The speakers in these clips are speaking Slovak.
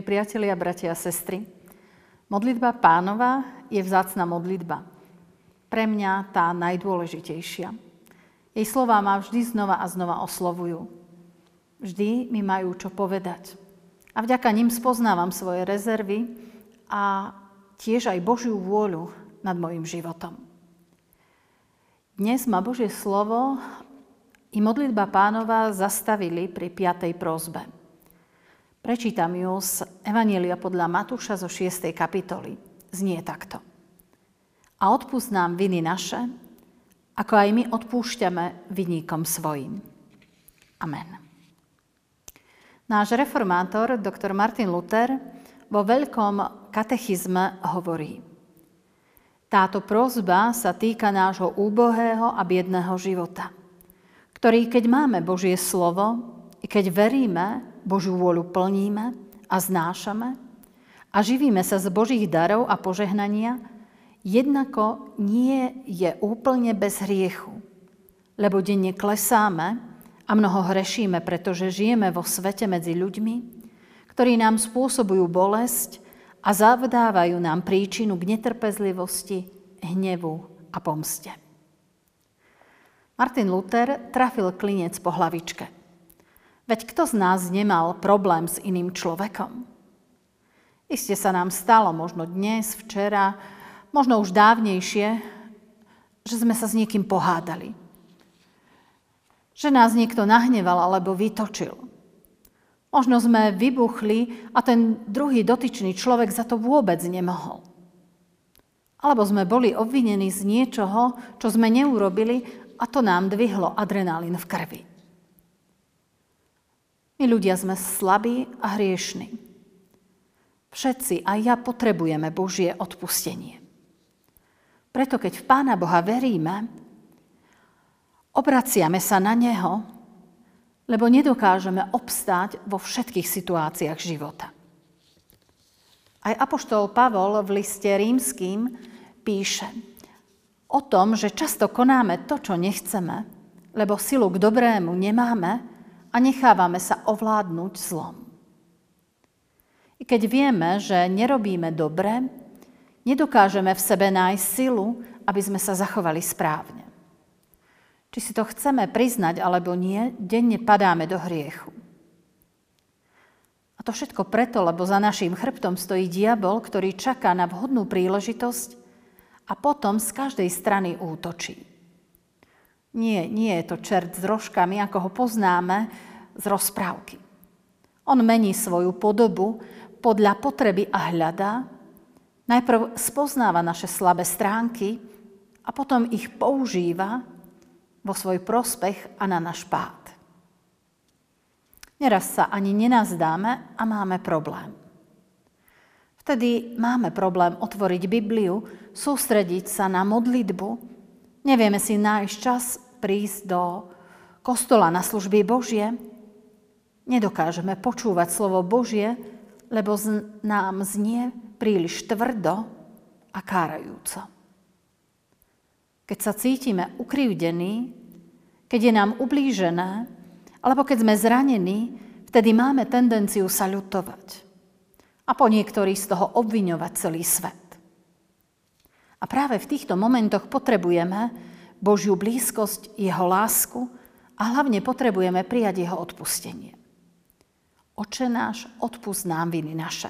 Milí priatelia, bratia a sestry, modlitba Pánova je vzácna modlitba. Pre mňa tá najdôležitejšia. Jej slová ma vždy znova a znova oslovujú. Vždy mi majú čo povedať. A vďaka nim spoznávam svoje rezervy a tiež aj Božiu vôľu nad mojim životom. Dnes ma Božie slovo i modlitba Pánova zastavili pri 5. prosbe. Prečítam ju z Evanjelia podľa Matúša zo 6. kapitoly. Znie takto. A odpusť nám viny naše, ako aj my odpúšťame vinníkom svojim. Amen. Náš reformátor, doktor Martin Luther, vo veľkom katechizme hovorí: táto prosba sa týka nášho úbohého a biedného života, ktorý, keď máme Božie slovo, i keď veríme, Božiu vôľu plníme a znášame a živíme sa z Božích darov a požehnania, jednako nie je úplne bez hriechu, lebo denne klesáme a mnoho hrešíme, pretože žijeme vo svete medzi ľuďmi, ktorí nám spôsobujú bolesť a zavdávajú nám príčinu k netrpezlivosti, hnevu a pomste. Martin Luther trafil klinec po hlavičke. Veď kto z nás nemal problém s iným človekom? Iste sa nám stalo, možno dnes, včera, možno už dávnejšie, že sme sa s niekým pohádali. Že nás niekto nahneval alebo vytočil. Možno sme vybuchli a ten druhý dotyčný človek za to vôbec nemohol. Alebo sme boli obvinení z niečoho, čo sme neurobili a to nám dvihlo adrenalín v krvi. My ľudia sme slabí a hriešni. Všetci, aj ja, potrebujeme Božie odpustenie. Preto, keď v Pána Boha veríme, obraciame sa na Neho, lebo nedokážeme obstáť vo všetkých situáciách života. Aj apoštol Pavol v liste Rímskym píše o tom, že často konáme to, čo nechceme, lebo silu k dobrému nemáme a nechávame sa ovládnuť zlom. I keď vieme, že nerobíme dobre, nedokážeme v sebe nájsť silu, aby sme sa zachovali správne. Či si to chceme priznať alebo nie, denne padáme do hriechu. A to všetko preto, lebo za naším chrbtom stojí diabol, ktorý čaká na vhodnú príležitosť a potom z každej strany útočí. Nie je to čert s rožkami, ako ho poznáme z rozprávky. On mení svoju podobu podľa potreby a hľadá. Najprv spoznáva naše slabé stránky a potom ich používa vo svoj prospech a na náš pád. Neraz sa ani nenazdáme a máme problém. Vtedy máme problém otvoriť Bibliu, sústrediť sa na modlitbu. Nevieme si nájsť čas prísť do kostola na služby Božie. Nedokážeme počúvať slovo Božie, lebo nám znie príliš tvrdo a kárajúco. Keď sa cítime ukrivdení, keď je nám ublížené, alebo keď sme zranení, vtedy máme tendenciu sa ľutovať. A po niektorí z toho obviňovať celý svet. A práve v týchto momentoch potrebujeme Božiu blízkosť, jeho lásku a hlavne potrebujeme prijať jeho odpustenie. Oče náš, odpusť nám viny naše.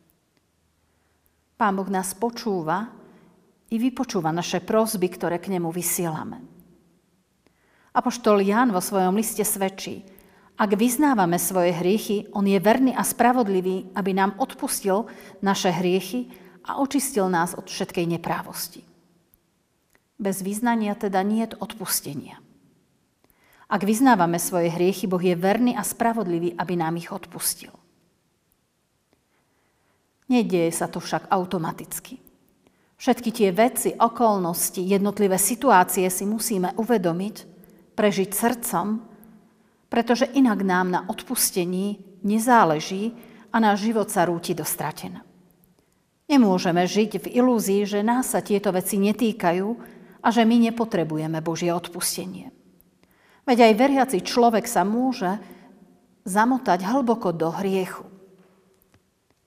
Pán Boh nás počúva i vypočúva naše prosby, ktoré k nemu vysielame. Apoštol Ján vo svojom liste svedčí: ak vyznávame svoje hriechy, on je verný a spravodlivý, aby nám odpustil naše hriechy a očistil nás od všetkej neprávosti. Bez vyznania teda niet odpustenia. Ak vyznávame svoje hriechy, Boh je verný a spravodlivý, aby nám ich odpustil. Nedieje sa to však automaticky. Všetky tie veci, okolnosti, jednotlivé situácie si musíme uvedomiť, prežiť srdcom, pretože inak nám na odpustení nezáleží a náš život sa rúti do stratená. Nemôžeme žiť v ilúzii, že nás sa tieto veci netýkajú a že my nepotrebujeme Božie odpustenie. Veď aj veriaci človek sa môže zamotať hlboko do hriechu.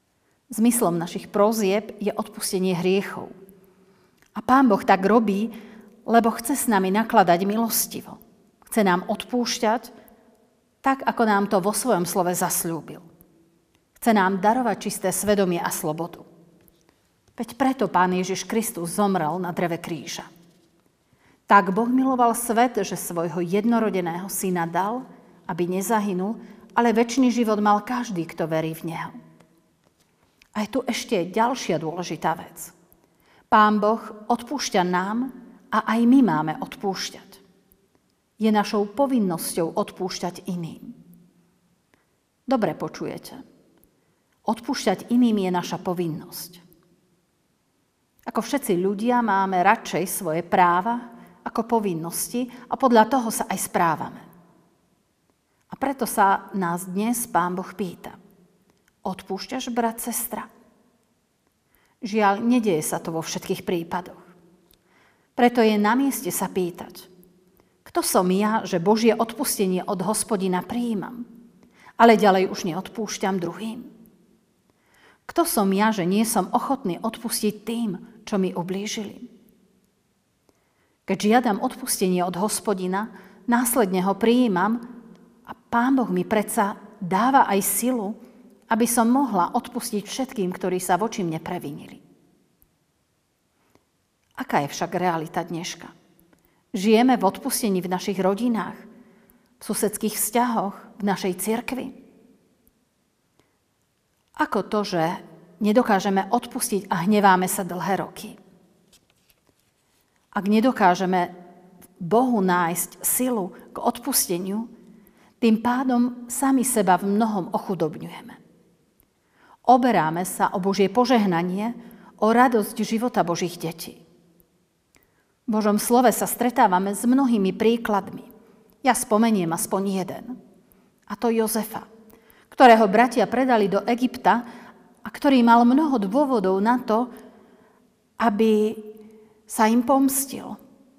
Zmyslom našich prosieb je odpustenie hriechov. A Pán Boh tak robí, lebo chce s nami nakladať milostivo. Chce nám odpúšťať, tak ako nám to vo svojom slove zasľúbil. Chce nám darovať čisté svedomie a slobodu. Veď preto Pán Ježiš Kristus zomrel na dreve kríža. Tak Boh miloval svet, že svojho jednorodeného syna dal, aby nezahynul, ale večný život mal každý, kto verí v Neho. A je tu ešte ďalšia dôležitá vec. Pán Boh odpúšťa nám a aj my máme odpúšťať. Je našou povinnosťou odpúšťať iným. Dobre počujete. Odpúšťať iným je naša povinnosť. Ako všetci ľudia máme radšej svoje práva ako povinnosti a podľa toho sa aj správame. A preto sa nás dnes Pán Boh pýta. Odpúšťaš, brat, sestra? Žiaľ, nedeje sa to vo všetkých prípadoch. Preto je na mieste sa pýtať, kto som ja, že Božie odpustenie od Hospodina prijímam, ale ďalej už neodpúšťam druhým? Kto som ja, že nie som ochotný odpustiť tým, čo mi ublížili? Keď žiadam odpustenie od Hospodina, následne ho prijímam a Pán Boh mi predsa dáva aj silu, aby som mohla odpustiť všetkým, ktorí sa voči mne previnili. Aká je však realita dneška? Žijeme v odpustení v našich rodinách, v susedských vzťahoch, v našej cirkvi? Ako to, že nedokážeme odpustiť a hneváme sa dlhé roky? Ak nedokážeme Bohu nájsť silu k odpusteniu, tým pádom sami seba v mnohom ochudobňujeme. Oberáme sa o Božie požehnanie, o radosť života Božích detí. V Božom slove sa stretávame s mnohými príkladmi. Ja spomeniem aspoň jeden. A to Jozefa, ktorého bratia predali do Egypta a ktorý mal mnoho dôvodov na to, aby sa im pomstil.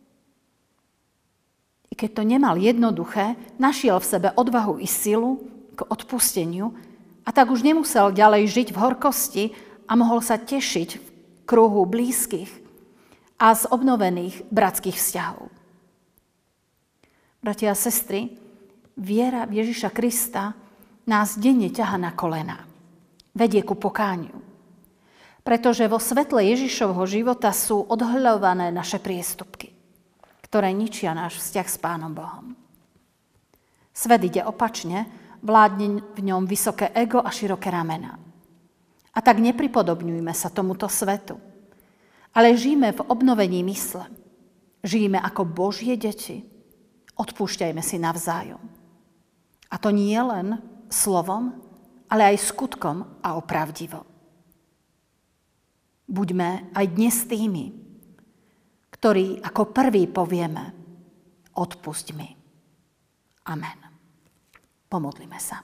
I keď to nemal jednoduché, našiel v sebe odvahu i silu k odpusteniu a tak už nemusel ďalej žiť v horkosti a mohol sa tešiť v kruhu blízkych a z obnovených bratských vzťahov. Bratia a sestry, viera v Ježiša Krista nás denne ťaha na kolená, vedie ku pokániu. Pretože vo svetle Ježišovho života sú odhľované naše priestupky, ktoré ničia náš vzťah s Pánom Bohom. Svet ide opačne, vládne v ňom vysoké ego a široké ramená. A tak nepripodobňujme sa tomuto svetu, ale žijeme v obnovení mysle. Žijeme ako Božie deti. Odpúšťajme si navzájom. A to nie len slovom, ale aj skutkom a opravdivo. Buďme aj dnes tými, ktorí ako prví povieme, odpusť mi. Amen. Pomodlíme sa.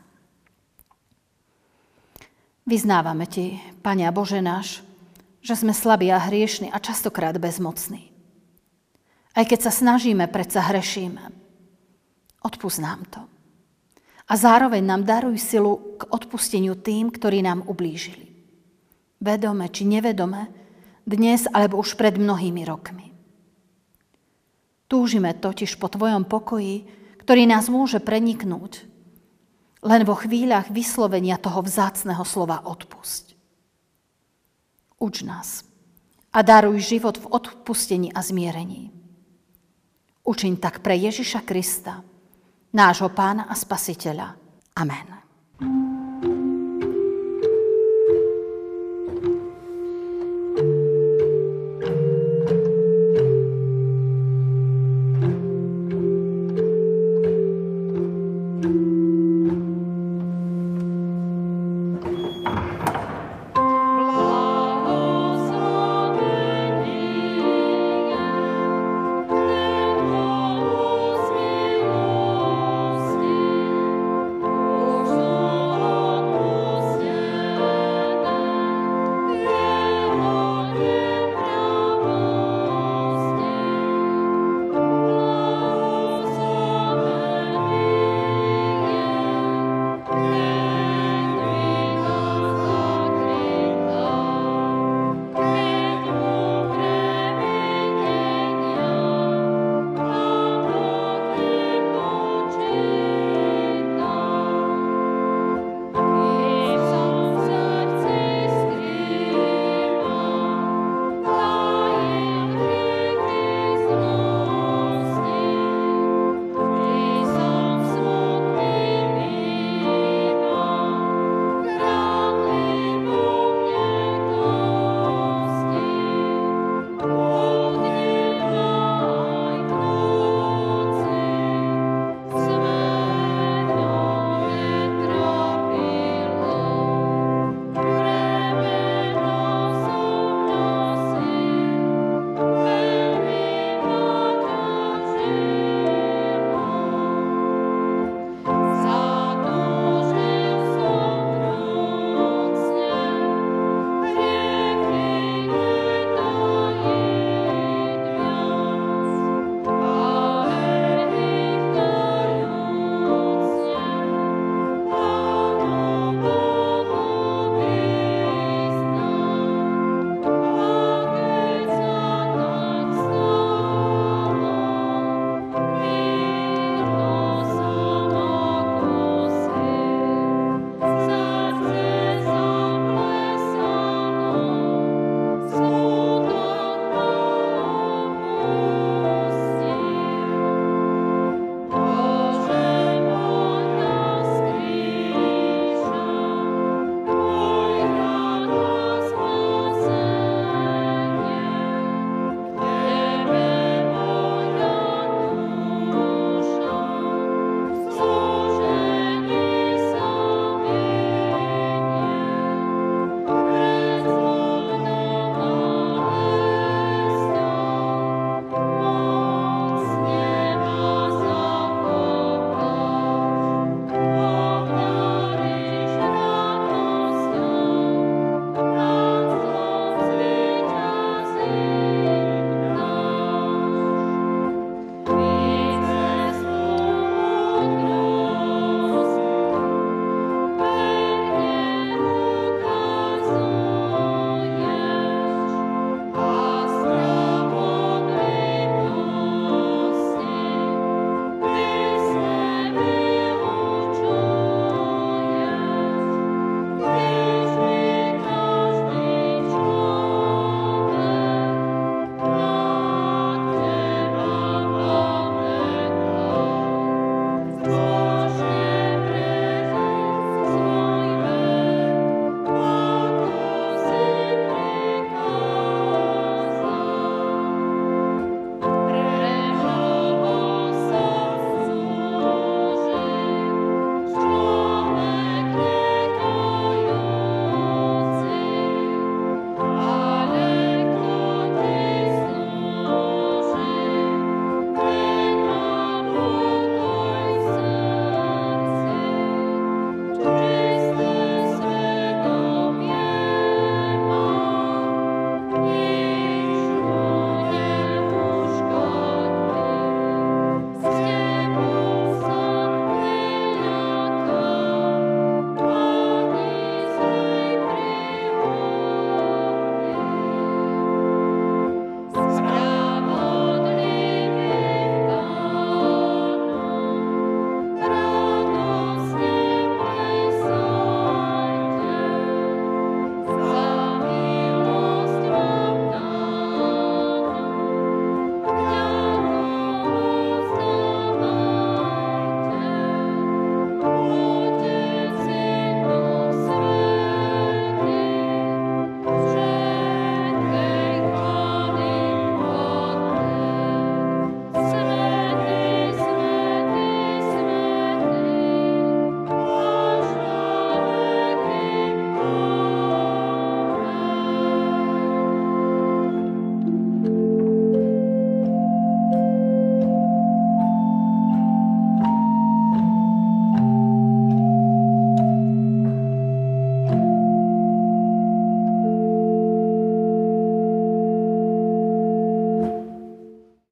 Vyznávame Ti, Pane a Bože náš, že sme slabí a hriešni a častokrát bezmocní. Aj keď sa snažíme, predsa hrešíme. Odpusť nám to. A zároveň nám daruj silu k odpusteniu tým, ktorí nám ublížili. Vedome či nevedome, dnes alebo už pred mnohými rokmi. Túžime totiž po Tvojom pokoji, ktorý nás môže preniknúť len vo chvíľach vyslovenia toho vzácneho slova odpusť. Uč nás a daruj život v odpustení a zmierení. Učiň tak pre Ježiša Krista, nášho Pána a Spasiteľa. Amen.